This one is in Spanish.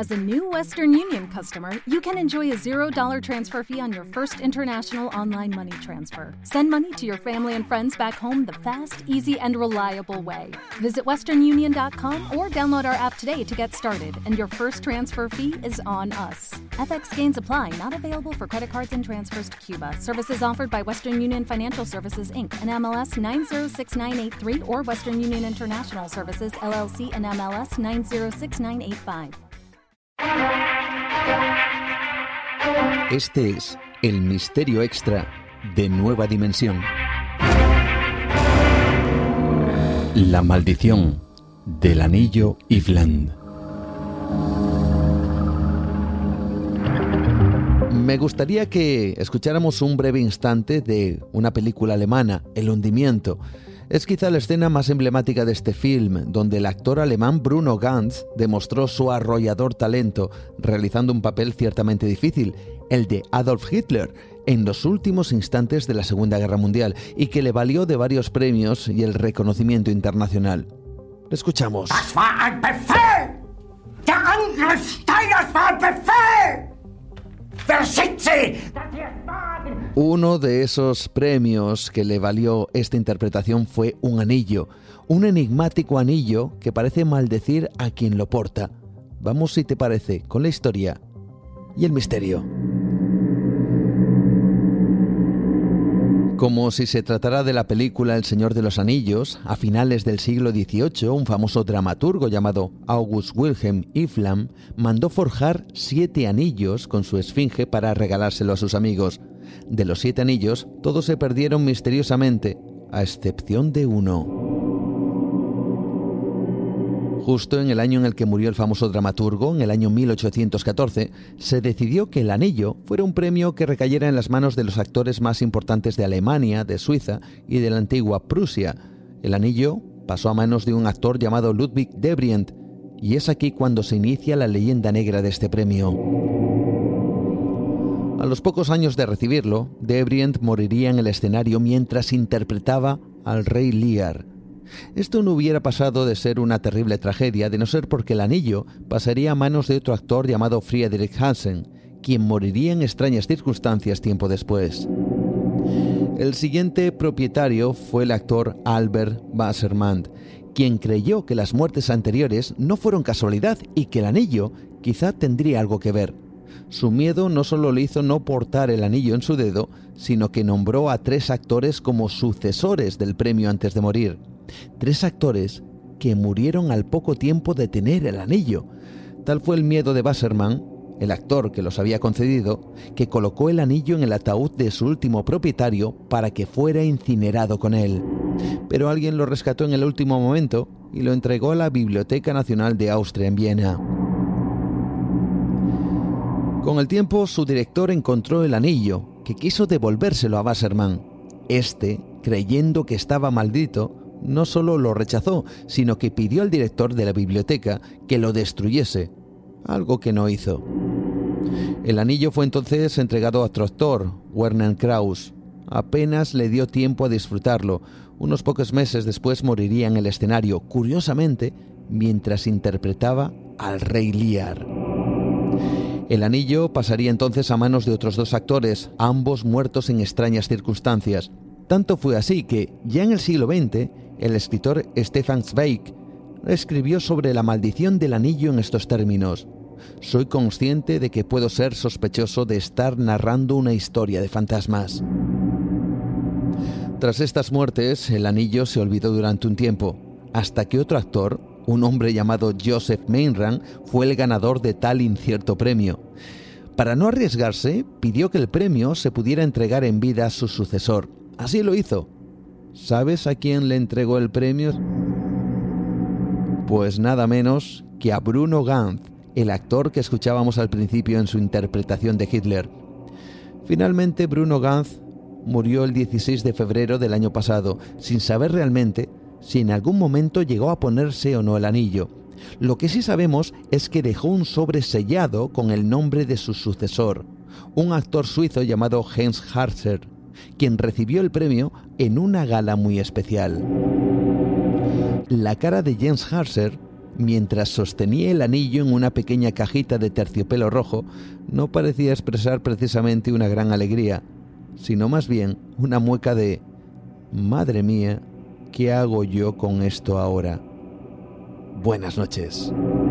As a new Western Union customer, you can enjoy a $0 transfer fee on your first international online money transfer. Send money to your family and friends back home the fast, easy, and reliable way. Visit westernunion.com or download our app today to get started, and your first transfer fee is on us. FX gains apply, not available for credit cards and transfers to Cuba. Services offered by Western Union Financial Services, Inc., and MLS 906983, or Western Union International Services, LLC, and MLS 906985. Este es el misterio extra de Nueva Dimensión. La maldición del anillo Yvland. Me gustaría que escucháramos un breve instante de una película alemana, El hundimiento. Es quizá la escena más emblemática de este film, donde el actor alemán Bruno Ganz demostró su arrollador talento, realizando un papel ciertamente difícil, el de Adolf Hitler, en los últimos instantes de la Segunda Guerra Mundial, y que le valió de varios premios y el reconocimiento internacional. Escuchamos. Das war ein Befehl! Der Angriff Steiners war ein Befehl! Uno de esos premios que le valió esta interpretación fue un anillo, un enigmático anillo que parece maldecir a quien lo porta. Vamos, si te parece, con la historia y el misterio. Como si se tratara de la película El Señor de los Anillos, a finales del siglo XVIII, un famoso dramaturgo llamado August Wilhelm Yvland mandó forjar 7 anillos con su esfinge para regalárselo a sus amigos. De los 7 anillos, todos se perdieron misteriosamente, a excepción de uno. Justo en el año en el que murió el famoso dramaturgo, en el año 1814, se decidió que el anillo fuera un premio que recayera en las manos de los actores más importantes de Alemania, de Suiza y de la antigua Prusia. El anillo pasó a manos de un actor llamado Ludwig Devrient, y es aquí cuando se inicia la leyenda negra de este premio. A los pocos años de recibirlo, Devrient moriría en el escenario mientras interpretaba al rey Lear. Esto no hubiera pasado de ser una terrible tragedia de no ser porque el anillo pasaría a manos de otro actor llamado Friedrich Hansen, quien moriría en extrañas circunstancias tiempo después. El siguiente propietario fue el actor Albert Wassermann, quien creyó que las muertes anteriores no fueron casualidad y que el anillo quizá tendría algo que ver. Su miedo no solo le hizo no portar el anillo en su dedo, sino que nombró a 3 actores como sucesores del premio antes de morir. 3 actores que murieron al poco tiempo de tener el anillo. Tal fue el miedo de Wassermann, el actor que los había concedido, que colocó el anillo en el ataúd de su último propietario para que fuera incinerado con él. Pero alguien lo rescató en el último momento y lo entregó a la Biblioteca Nacional de Austria en Viena. Con el tiempo, su director encontró el anillo, que quiso devolvérselo a Wassermann. Este, creyendo que estaba maldito, no solo lo rechazó, sino que pidió al director de la biblioteca que lo destruyese, algo que no hizo. El anillo fue entonces entregado a otro actor, Werner Krauss. Apenas le dio tiempo a disfrutarlo. Unos pocos meses después moriría en el escenario, curiosamente, mientras interpretaba al rey Lear. El anillo pasaría entonces a manos de otros 2 actores, ambos muertos en extrañas circunstancias. Tanto fue así que, ya en el siglo XX, el escritor Stefan Zweig escribió sobre la maldición del anillo en estos términos: «Soy consciente de que puedo ser sospechoso de estar narrando una historia de fantasmas». Tras estas muertes, el anillo se olvidó durante un tiempo, hasta que otro actor, un hombre llamado Joseph Meinrad, fue el ganador de tal incierto premio. Para no arriesgarse, pidió que el premio se pudiera entregar en vida a su sucesor. Así lo hizo. ¿Sabes a quién le entregó el premio? Pues nada menos que a Bruno Ganz, el actor que escuchábamos al principio en su interpretación de Hitler. Finalmente, Bruno Ganz murió el 16 de febrero del año pasado, sin saber realmente si en algún momento llegó a ponerse o no el anillo. Lo que sí sabemos es que dejó un sobre sellado con el nombre de su sucesor, un actor suizo llamado Jens Harzer, quien recibió el premio en una gala muy especial. La cara de Jens Harzer mientras sostenía el anillo en una pequeña cajita de terciopelo rojo, no parecía expresar precisamente una gran alegría, sino más bien una mueca de «Madre mía, ¿qué hago yo con esto ahora? Buenas noches».